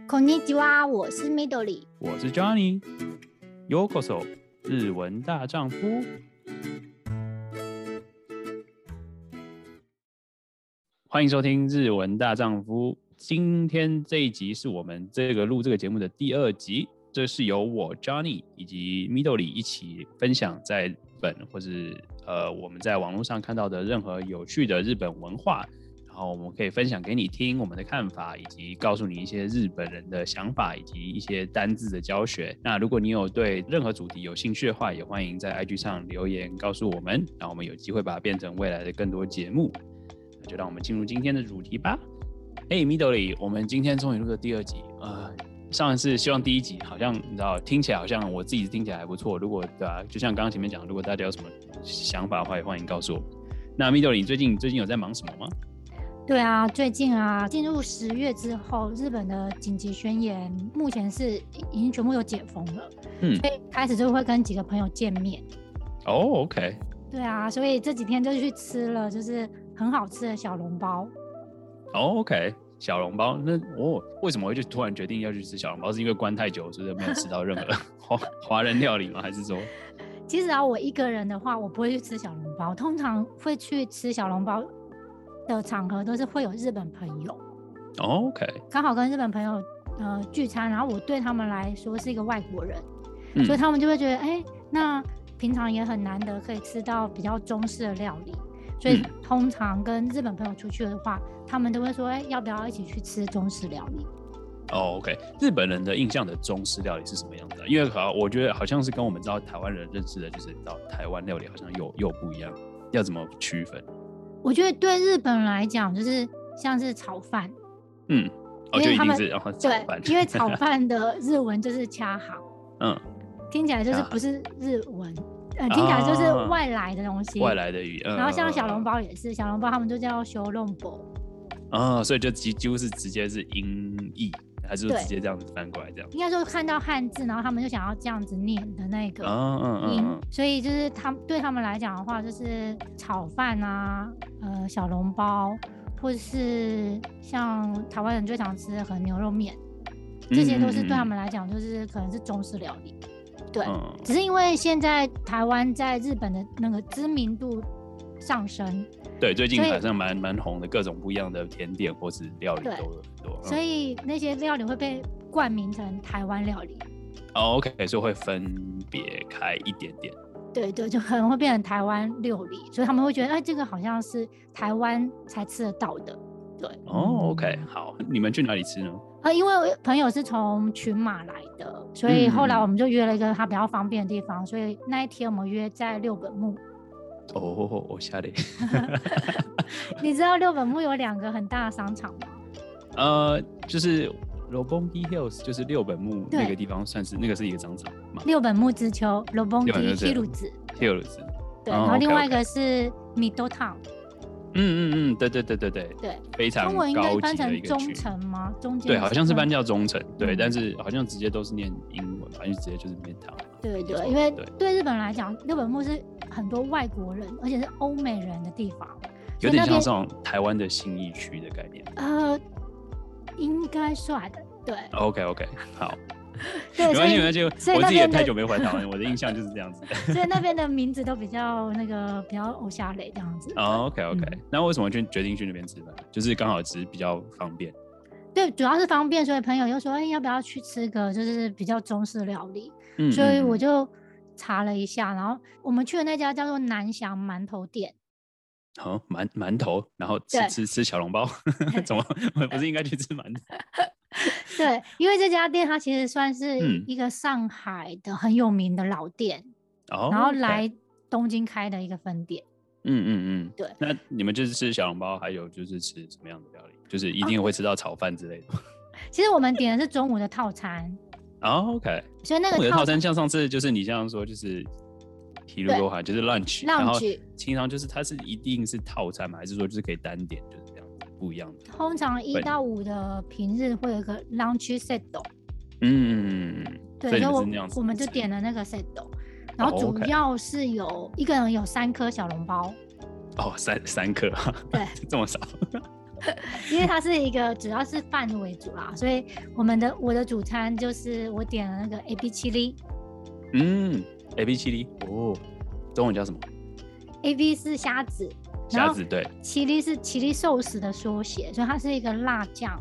こんにちは，我是 Midori， 我是 Johnny。Yokoso， 日文大丈夫。欢迎收听日文大丈夫。今天这一集是我们录这个节目的第2集，这是由我 Johnny 以及 Midori 一起分享在日本或是我们在网络上看到的任何有趣的日本文化。然后我们可以分享给你听我们的看法，以及告诉你一些日本人的想法，以及一些单字的教学。那如果你有对任何主题有兴趣的话，也欢迎在 IG 上留言告诉我们，让我们有机会把它变成未来的更多节目。那就让我们进入今天的主题吧。Midori， 我们今天终于录了第2集。上一次希望第1集好像你知道听起来好像我自己听起来还不错。如果对啊，就像刚刚前面讲，如果大家有什么想法的话，也欢迎告诉我们。那 Midori， 你最近有在忙什么吗？ 对啊，最近啊，进入10月之后，日本的紧急宣言目前是已经全部都解封了，所以开始就会跟几个朋友见面。 哦 ，OK。 对啊，所以这几天就去吃了，就是很好吃的小笼包。 哦 ，OK， 小笼包，那为什么会就突然决定要去吃小笼包？是因为关太久，所以没有吃到任何华人料理吗？还是说？ 其实啊，我一个人的话，我不会去吃小笼包，通常会去吃小笼包的场合都是会有日本朋友。 OK， 刚好跟日本朋友聚餐，然后我对他们来说是一个外国人，所以他们就会觉得那平常也很难得可以吃到比较中式的料理，所以通常跟日本朋友出去的话，他们都会说要不要一起去吃中式料理。 OK， 日本人的印象的中式料理是什么样子？因为我觉得好像是跟我们知道台湾人认识的，就是到台湾料理好像又不一样，要怎么区分？我觉得对日本人来讲，就是像是炒饭， 就一定是炒饭， 因为炒饭的日文就是恰行，听起来就是不是日文，听起来就是外来的东西， 外来的语。 然后像小笼包也是，小笼包他们就叫小笼包， 所以就几乎是直接是音译，还是直接这样子翻过来这样？ 应该说看到汉字，然后他们就想要这样子念的那个音，所以就是对他们来讲的话，就是炒饭啊，小笼包，或者是像台湾人最常吃的可能牛肉面，这些都是对他们来讲就是可能是中式料理。对，只是因为现在台湾在日本的那个知名度上升。 对，最近好像蛮红的，各种不一样的甜点或是料理都有很多， 所以那些料理会被冠名成台湾料理。 OK， 所以会分别开一点点。 对，就可能会变成台湾料理，所以他们会觉得这个好像是台湾才吃得到的。对 ，OK， 好，你们去哪里吃呢？ 因为朋友是从群马来的，所以后来我们就约了一个他比较方便的地方，所以那一天我们约在六本木。 我下嘞。 你知道六本木有2个很大的商场吗？ 就是Roppongi Hills， 就是六本木那个地方，算是那个是一个商场吗？ 六本木之丘 Roppongi Hills。对，然后另外一个是 Midtown。 对，非常高级的一个区。中文应该翻成中城吗？中间对，好像是翻叫中城，对，但是好像直接都是念英文吧，因为直接就是 Midtown。 对，因为对日本人来讲，六本木是很多外国人，而且是欧美人的地方， 有点像这种台湾的信义区的概念。 应该算的，对。 OK， 好。没关系，我自己也太久没回台湾，我的印象就是这样子。 所以那边的名字都比较比较欧夏类这样子。 OK， 那为什么决定去那边吃饭？就是刚好吃比较方便。 对，主要是方便，所以朋友又说，要不要去吃个就是比较中式料理？所以我就查了一下，然后我们去的那家叫做南翔馒头店。 馒头，然后吃小笼包，怎么我不是应该去吃馒头？ 对，因为这家店它其实算是一个上海的很有名的老店，然后来东京开的一个分店。对。 那你们就是吃小笼包，还有就是吃什么样的料理？就是一定会吃到炒饭之类的。 其实我们点的是中午的套餐。 OK。 所以那个中午的套餐像上次就是你这样说就是。就是 lunch， 然后平常就是它是一定是套餐吗？还是说就是可以单点，就是这样子不一样的？ 通常1到5的平日会有一个 lunch set。对，所以我们就点了那个 set， 然后主要是一个人有3颗小笼包。 3颗，对，这么少。 因为它是一个主要是饭为主啦，所以我的主餐就是我点了那个 AB 七里。 AB 七里哦，中文叫什么 ？AB 是虾子， 虾子对， 七里是七里寿司的缩写，所以它是一个辣酱。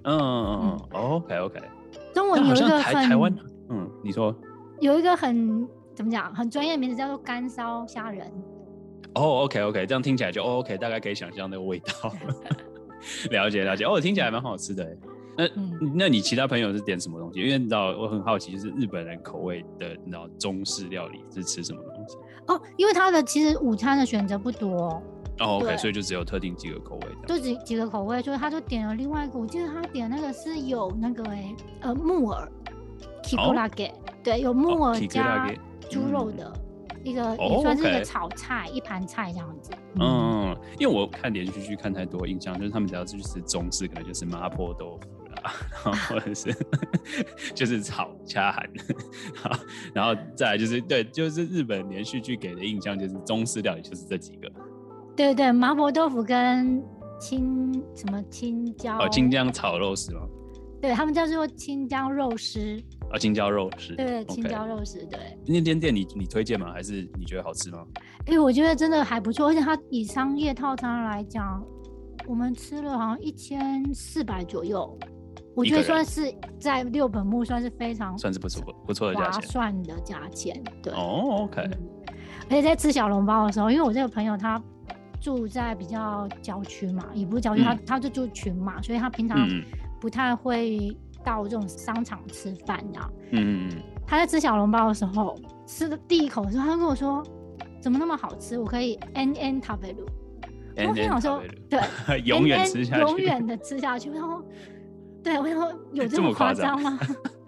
OK。 中文有一个台湾，你说有一个怎么讲，很专业的名字叫做干烧虾仁。 OK， 这样听起来就OK， 大概可以想象那个味道。了解，听起来蛮好吃的。那你其他朋友是点什么东西？因为你知道，我很好奇，就是日本人口味的，你知道中式料理是吃什么东西？ 因为它的其实午餐的选择不多。 OK， 所以就只有特定几个口味。 就几个口味，所以他就点了另外一个，我记得他点那个是有那个木耳 ，kikurage，对，有木耳加猪肉的。一个也算是一个炒菜，一盘菜这样子。 因为我看连续剧看太多，印象就是他们只要去吃中式，可能就是麻婆豆腐啦，或者是就是炒虾韩，然后再来就是对，就是日本连续剧给的印象就是中式料理就是这几个。对， 麻婆豆腐跟青椒。 青椒炒肉丝吗？ 对，他们叫做青椒肉丝。 青椒肉丝， 对，青椒肉丝，对。 那间店你推荐吗？还是你觉得好吃吗？ 我觉得真的还不错，而且它以商业套餐来讲，我们吃了好像1400左右，我觉得算是在六本木算是非常算是不错的价钱， 划算的价钱，对。 OK。 而且在吃小笼包的时候，因为我这个朋友他住在比较郊区嘛，也不是郊区，他就住群马，所以他平常不太会到这种商场吃饭这样。他在吃小笼包的时候，吃的第一口的时候，他就跟我说：“怎么那么好吃？我可以 NN 食べる。”我想说，对， 永远吃下去， 永远的吃下去。然后，对，我想说有这么夸张吗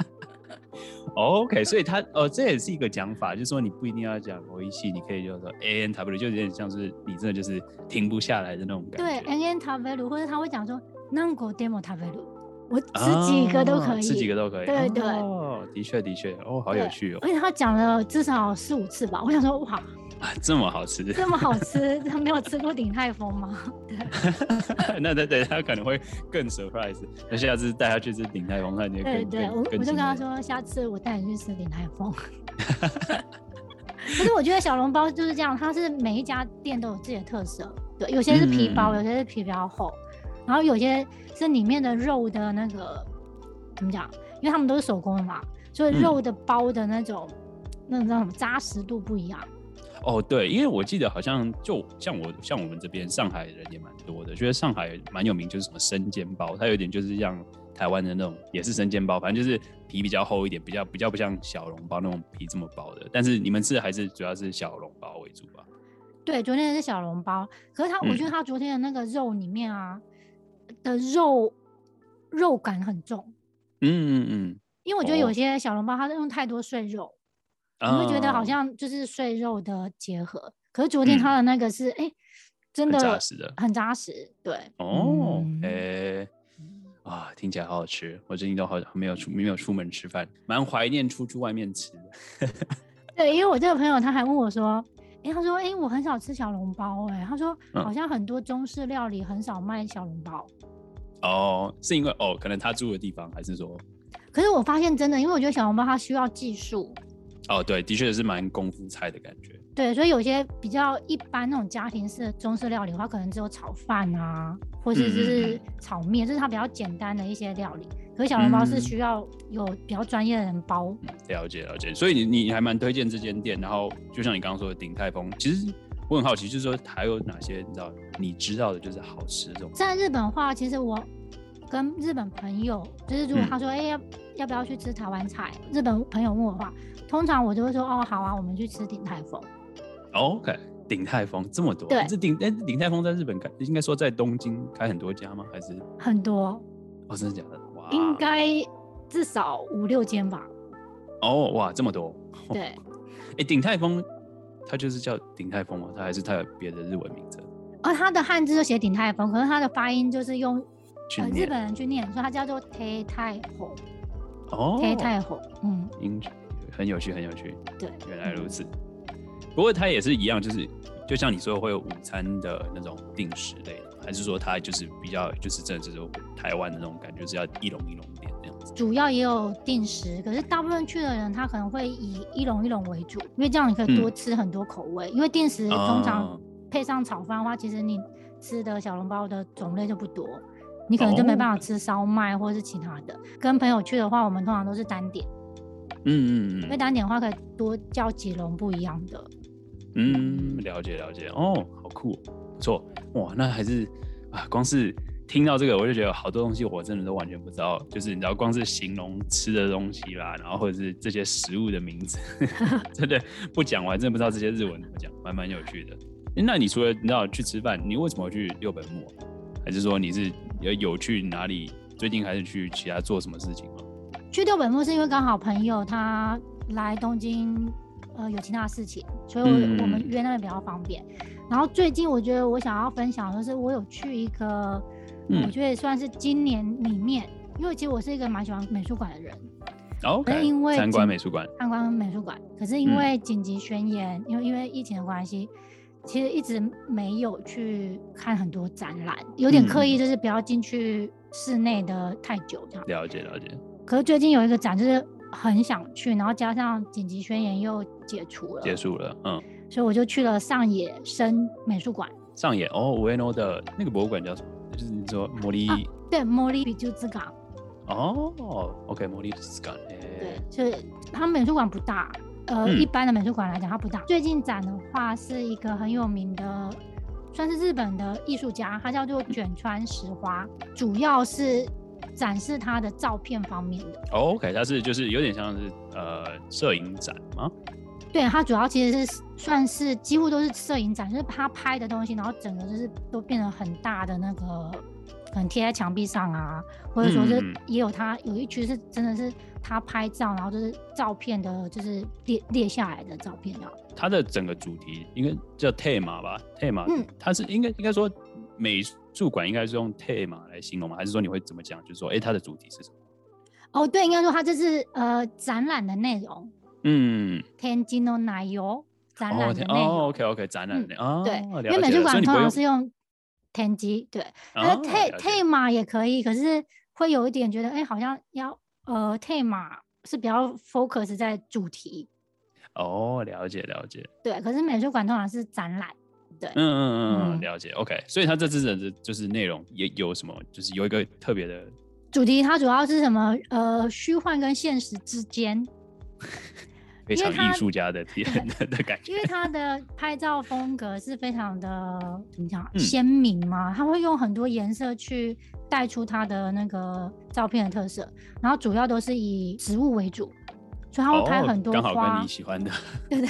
？OK， 所以他这也是一个讲法，就是说你不一定要讲美味しい，你可以就说 NN 食べる，就有点像是你真的就是停不下来的那种感觉。 对 ，NN 食べる，或者他会讲说何個でも食べる。我吃几个都可以， 吃几个都可以。 对， 的确，好有趣哦。 而且他讲了至少4-5次吧，我想说哇， 这么好吃， 他没有吃过鼎泰丰吗？ 对，那对他可能会更 surprise。那下次带他去吃鼎泰丰，他就对，我就跟他说，下次我带你去吃鼎泰丰。可是我觉得小笼包就是这样，它是每一家店都有自己的特色，对，有些是皮薄，有些是皮比较厚。然后有些是里面的肉的那个怎么讲？因为他们都是手工的嘛，所以肉的包的那种什么扎实度不一样。 对，因为我记得好像就像我们这边上海人也蛮多的，觉得上海蛮有名就是什么生煎包，它有点就是像台湾的那种也是生煎包，反正就是皮比较厚一点，比较不像小笼包那种皮这么薄的。但是你们吃的还是主要是小笼包为主吧？对， 昨天的是小笼包，可是我觉得他昨天的那个肉里面啊。的肉感很重，因为我觉得有些小笼包它是用太多碎肉，你会觉得好像就是碎肉的结合。可是昨天它的那个是真的很扎实，对。 听起来好好吃，我最近都好没有出门吃饭，蛮怀念出外面吃的。 对，因为我这个朋友他还问我说。他说：“我很少吃小笼包。”他说：“好像很多中式料理很少卖小笼包。” 是因为可能他住的地方，还是说？ 可是我发现真的，因为我觉得小笼包它需要技术。 对，的确是蛮功夫菜的感觉。 对，所以有些比较一般那种家庭式的中式料理的话，可能只有炒饭啊，或者是炒面，这是它比较简单的一些料理。可是小笼包是需要有比较专业的人包。 了解。所以你还蛮推荐这间店，然后就像你刚刚说的鼎泰丰，其实我很好奇，就是说还有哪些你知道的就是好吃这种。 在日本的话，其实我跟日本朋友，就是如果他说要不要去吃台湾菜，日本朋友问我的话，通常我就会说好啊，我们去吃鼎泰丰。 OK， 鼎泰丰这么多， 对， 鼎泰丰在日本应该说在东京开很多家吗？还是很多？ 真的假的？哇， 应该至少5-6间吧。 哇，这么多。 对。 鼎泰丰它就是叫鼎泰丰吗？它还是它有别的日文名字？ 它的汉字就写鼎泰丰，可是它的发音就是用日本人去念，所以它叫做태泰丰。태泰丰， 很有趣。 对， 原来如此。不过它也是一样，就像你说会有午餐的那种定时类的。 还是说它就是比较就是真的是台湾的那种感觉，是要一笼一笼点这样子？ 主要也有定时，可是大部分去的人他可能会以一笼一笼为主，因为这样你可以多吃很多口味。因为定时通常配上炒饭的话，其实你吃的小笼包的种类就不多，你可能就没办法吃烧麦或是其他的。跟朋友去的话，我们通常都是单点。因为单点的话可以多叫几笼不一样的。 了解哦，好酷，不错哇！那还是光是听到这个我就觉得好多东西我真的都完全不知道，就是你知道光是形容吃的东西啦，然后或者是这些食物的名字真的不讲我还真的不知道这些日文怎么讲，蛮有趣的。那你除了你知道去吃饭，你为什么会去六本木还是说你是有去哪里最近还是去其他做什么事情吗？ 去六本木是因为刚好朋友他来东京有其他事情，所以我们约那边比较方便。然后最近我觉得我想要分享的是我有去一个我觉得算是今年里面，因为其实我是一个蛮喜欢美术馆的人。 OK， 因为参观美术馆， 可是因为紧急宣言，因为疫情的关系，其实一直没有去看很多展览，有点刻意就是不要进去室内的太久这样。 了解。 可是最近有一个展就是很想去，然后加上紧急宣言又結束了，所以我就去了上野生美术馆。 上野Ueno的那个博物馆叫什么？就是你说对，森美術館。 OK， 森美術館。 对，就是它美术馆不大，一般的美术馆来讲它不大。最近展的话是一个很有名的，算是日本的艺术家，他叫做卷川石花，主要是展示他的照片方面的。 OK， 它是就是有点像是摄影展吗？ 对，它主要其实是算是几乎都是摄影展，就是他拍的东西，然后整个就是都变得很大的那个，可能贴在墙壁上啊，或者说是也有他有一区是真的是他拍照，然后就是照片的，就是列下来的照片啊。 它的整个主题应该叫 tema 吧 ，tema，它是应该说美术馆应该是用 tema 来形容吗？还是说你会怎么讲？就是说，它的主题是什么？ 对，应该说它这是展览的内容。展示の内容，展览的内容。 OK， 展览的对，因为美术馆通常是用展示，对，那 tema 也可以，可是会有一点觉得，好像要tema 是比较 focus 在主题。 了解。 对，可是美术馆通常是展览。对， 了解。OK， 所以它这次的就是内容也有什么，就是有一个特别的主题，它主要是什么？虚幻跟现实之间。 非常艺术家的感觉， 因为他的拍照风格是非常的怎么讲鲜明嘛，他会用很多颜色去带出他的那个照片的特色，然后主要都是以植物为主，所以他会拍很多花， 刚好跟你喜欢的。 对的。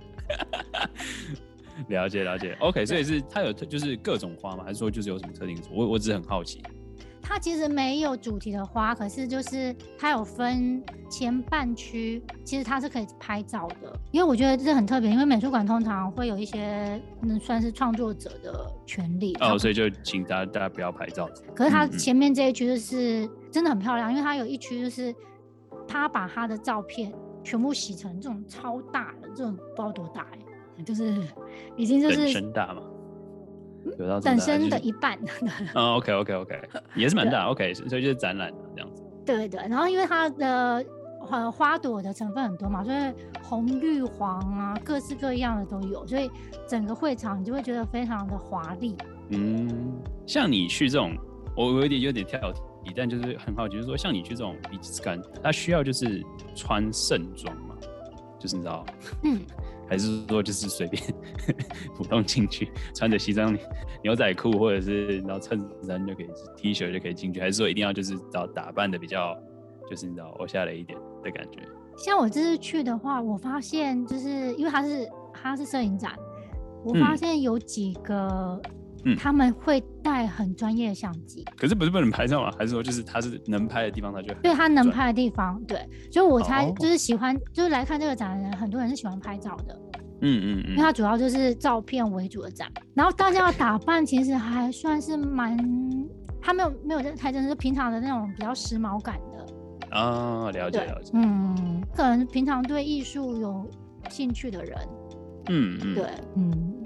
了解。OK， 所以是他有就是各种花吗？还是说就是有什么特定？我只是很好奇。 它其实没有主题的花，可是就是它有分前半区，其实它是可以拍照的。因为我觉得这很特别，因为美术馆通常会有一些算是创作者的权利， 所以就请大家不要拍照。 可是它前面这一区就是真的很漂亮，因为它有一区就是他把他的照片全部洗成这种超大的，这种不知道多大就是已经就是等身大嘛。 等身的一半。 OK， 也是蛮大。OK， 所以就是展览这样子。 对，然后因为它的花朵的成分很多嘛，所以红、绿、黄啊，各式各样的都有，所以整个会场你就会觉得非常的华丽。 像你去这种，我有点跳题，但就是很好奇，就是说像你去这种美術館，它需要就是穿盛装嘛？就是你知道，还是说就是随便普通进去，穿着西装牛仔裤或者是然后衬衫就可以 T 恤就可以进去，还是说一定要就是打扮的比较就是你知道欧夏雷一点的感觉？ 像我这次去的话，我发现就是因为它是摄影展，我发现有几个他们会带很专业的相机。 可是不是不能拍照吗？还是说就是他是能拍的地方他就对他能拍的地方，对，所以我才就是喜欢就是来看这个展的人，很多人是喜欢拍照的。因为它主要就是照片为主的展，然后大家的打扮其实还算是他没有太真的是平常的那种比较时髦感的。 了解。 可能平常对艺术有兴趣的人。对，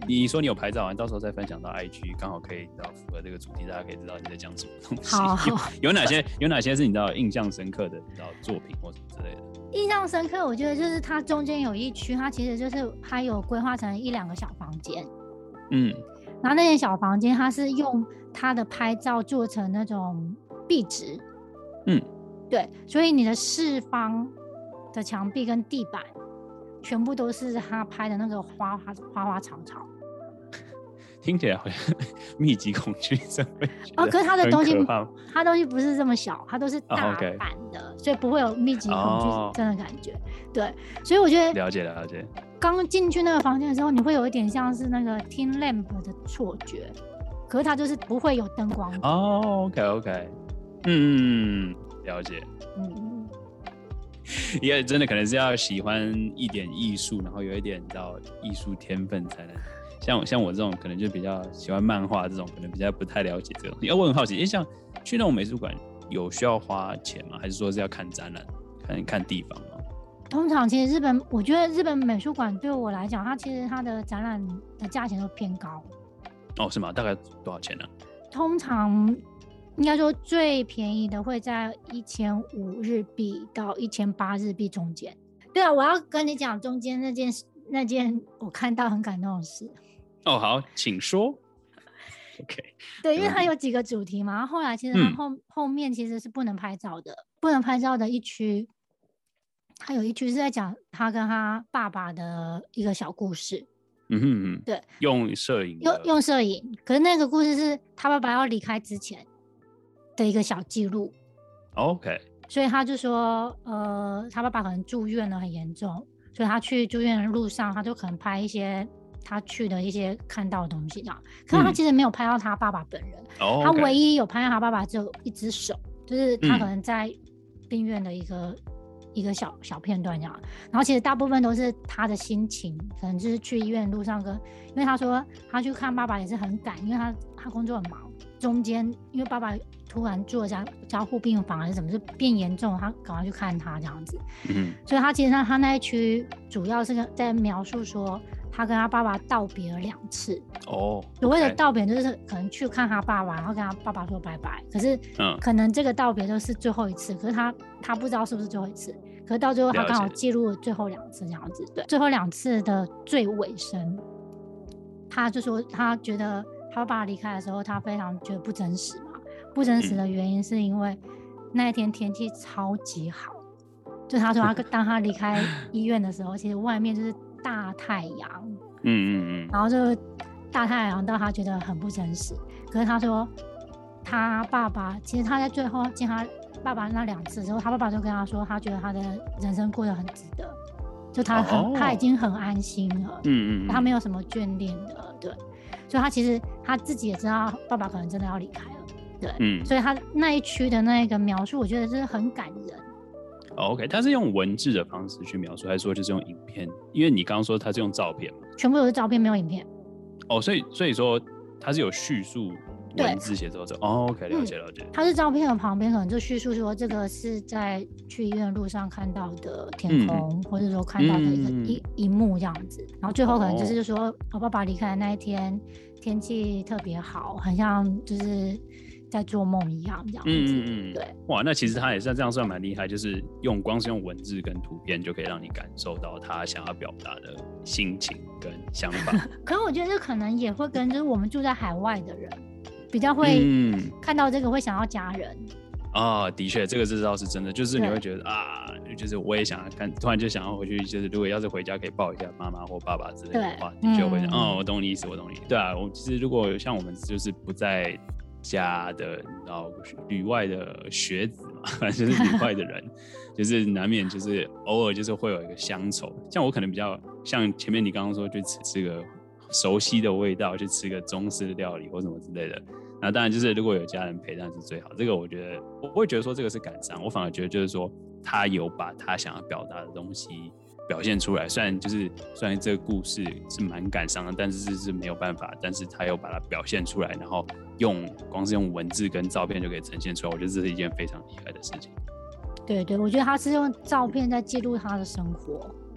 你说你有拍照完，到时候再分享到 IG， 刚好可以符合这个主题，大家可以知道你在讲什么东西。 好， 有哪些是你知道印象深刻的作品或什么之类的？ 印象深刻，我觉得就是它中间有一区，它其实就是它有规划成1-2个小房间。然后那间小房间，它是用它的拍照做成那种壁纸。对，所以你的四方的墙壁跟地板全部都是他拍的那个花花草草， 听起来好像密集恐惧症。 可是他的东西不是这么小，它都是大版的，所以不会有密集恐惧症的感觉。对，所以我觉得了解。 刚进去那个房间的时候，你会有一点像是那个 Teen Lamp 的错觉，可是它就是不会有灯光。 OK， 了解。也真的可能是要喜欢一点艺术，然后有一点艺术天分才能。像我这种可能就比较喜欢漫画这种，可能比较不太了解这种。因为我很好奇，像去那种美术馆有需要花钱吗？还是说是要看展览、看地方吗？ 通常其实我觉得日本美术馆对我来讲，它其实它的展览的价钱都偏高。 是吗？大概多少钱呢？ 通常应该说最便宜的会在1500日币到1800日币中间。对啊，我要跟你讲中间那件我看到很感动的事。 好，请说。OK。 对，因为它有几个主题嘛，然后后来其实它后面其实是不能拍照的一区，它有一区是在讲他跟他爸爸的一个小故事。对， 用摄影， 可是那个故事是他爸爸要离开之前的一个小记录。 OK。 所以他就说，他爸爸可能住院了，很严重，所以他去住院的路上，他就可能拍一些他去的一些看到的东西这样。可是他其实没有拍到他爸爸本人，他唯一有拍到他爸爸只有一只手，就是他可能在病院的一个小片段这样。然后其实大部分都是他的心情，可能就是去医院的路上因为他说他去看爸爸也是很赶，因为他工作很忙，中间因为爸爸突然住了加护病房还是什么，就变严重，他赶快去看他这样子。所以他其实他那一区主要是在描述说他跟他爸爸道别了2次。所谓的道别就是可能去看他爸爸，然后跟他爸爸说拜拜，可是可能这个道别就是最后一次，可是他不知道是不是最后一次，可是到最后他刚好记录了最后2次这样子。对，最后2次的最尾声，他就说他觉得他爸爸离开的时候，他非常觉得不真实嘛。不真实的原因是因为那一天天气超级好，就他说当他离开医院的时候，其实外面就是大太阳。然后就大太阳到他觉得很不真实。可是他说他爸爸其实他在最后见他爸爸那2次之后，他爸爸就跟他说他觉得他的人生过得很值得，就他已经很安心了。他没有什么眷恋的。对，所以他其实他自己也知道爸爸可能真的要离开了。对，所以他那一区的那个描述，我觉得是很感人。 OK， 他是用文字的方式去描述，还是说就是用影片？因为你刚刚说他是用照片嘛， 全部都是照片，没有影片。 所以说他是有叙述文字写作者。OK， 了解。 他是照片的旁边可能就叙述说这个是在去医院的路上看到的天空，或者说看到的一幕这样子。然后最后可能就是说我爸爸离开的那一天天气特别好，很像就是在做梦一样这样子。对， 哇，那其实他也是这样算蛮厉害，就是光是用文字跟图片就可以让你感受到他想要表达的心情跟想法。 可是我觉得这可能也会跟就是我们住在海外的人比较会看到这个会想要家人。 的确，这个知道是真的，就是你会觉得就是我也想要看，突然就想要回去，就是如果要是回家可以抱一下妈妈或爸爸之类的话，的确会想，我懂你意思。对啊，我其实如果像我们就是不在家的，旅外的学子嘛，反正就是旅外的人，就是难免就是偶尔就是会有一个乡愁。像我可能比较像前面你刚刚说，去吃个熟悉的味道，去吃个中式的料理或什么之类的。那当然就是如果有家人陪，当然是最好。这个我觉得我不会觉得说这个是感伤，我反而觉得就是说他有把他想要表达的东西表现出来。虽然这个故事是蛮感伤的，但是没有办法，但是他有把它表现出来，然后光是用文字跟照片就可以呈现出来，我觉得这是一件非常厉害的事情。 对，我觉得他是用照片在记录他的生活。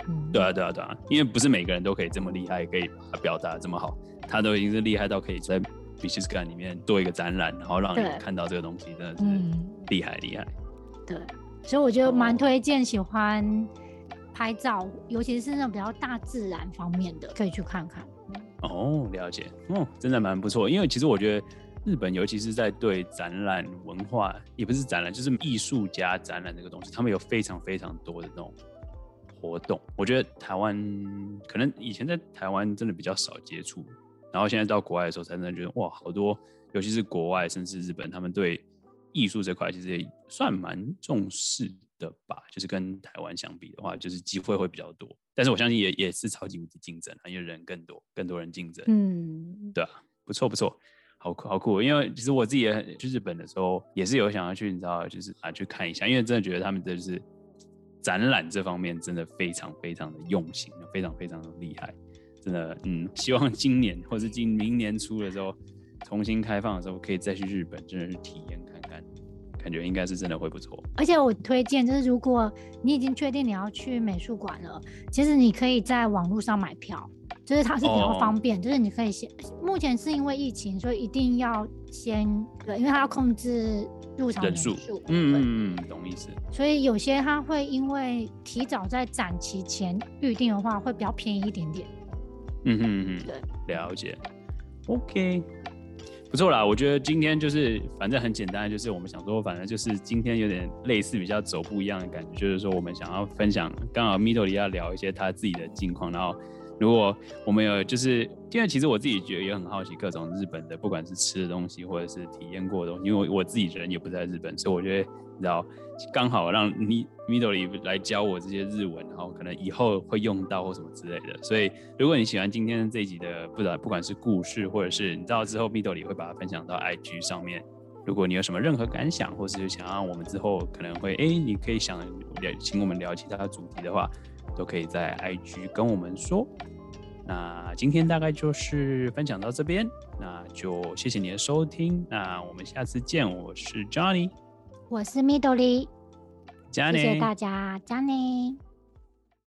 对啊，因为不是每个人都可以这么厉害，可以把它表达这么好，他都已经是厉害到可以在比奇斯馆里面做一个展览，然后让人看到这个东西，真的是厉害。 对，所以我觉得蛮推荐喜欢拍照，尤其是那种比较大自然方面的，可以去看看。 了解，真的蛮不错。因为其实我觉得日本，尤其是在对展览文化，也不是展览，就是艺术家展览这个东西，他们有非常非常多的那种活动。我觉得台湾可能以前在台湾真的比较少接触，然后现在到国外的时候才真的觉得哇，好多，尤其是国外甚至日本，他们对艺术这块其实也算蛮重视的吧。就是跟台湾相比的话，就是机会会比较多，但是我相信也是超级无敌竞争，因为人更多人竞争。对啊，不错。好酷！因为其实我自己也去日本的时候，也是有想要去，你知道，就是去看一下，因为真的觉得他们的就是展览这方面真的非常非常的用心，非常非常的厉害，真的，希望今年或是明年初的时候重新开放的时候，可以再去日本，真的是体验看看，感觉应该是真的会不错。 而且我推荐，就是如果你已经确定你要去美术馆了，其实你可以在网络上买票。就是它是比较方便，就是你可以先，目前是因为疫情，所以一定要先，对，因为它要控制入场人数， 懂意思。 所以有些它会因为提早在展期前预定的话，会比较便宜一点点。 对，了解。OK， 不错啦。我觉得今天就是反正很简单，就是我们想说，反正就是今天有点类似比较走不一样的感觉，就是说我们想要分享，刚好 Midori 要聊一些他自己的近况，然后。如果我们有，就是因为其实我自己觉得也很好奇各种日本的，不管是吃的东西或者是体验过的东西，因为我自己人也不在日本，所以我觉得你知道，刚好让Midori 来教我这些日文，然后可能以后会用到或什么之类的。所以如果你喜欢今天这一集的，不管是故事或者是你知道之后 Midori 会把它分享到 IG 上面。如果你有什么任何感想，或是想要我们之后可能会你可以想请我们聊其他的主题的话，都可以在 IG 跟我们说。那今天大概就是分享到这边，那就谢谢你的收听，那我们下次见。我是 Johnny， 我是 Midori， 谢谢谢大家，Johnny。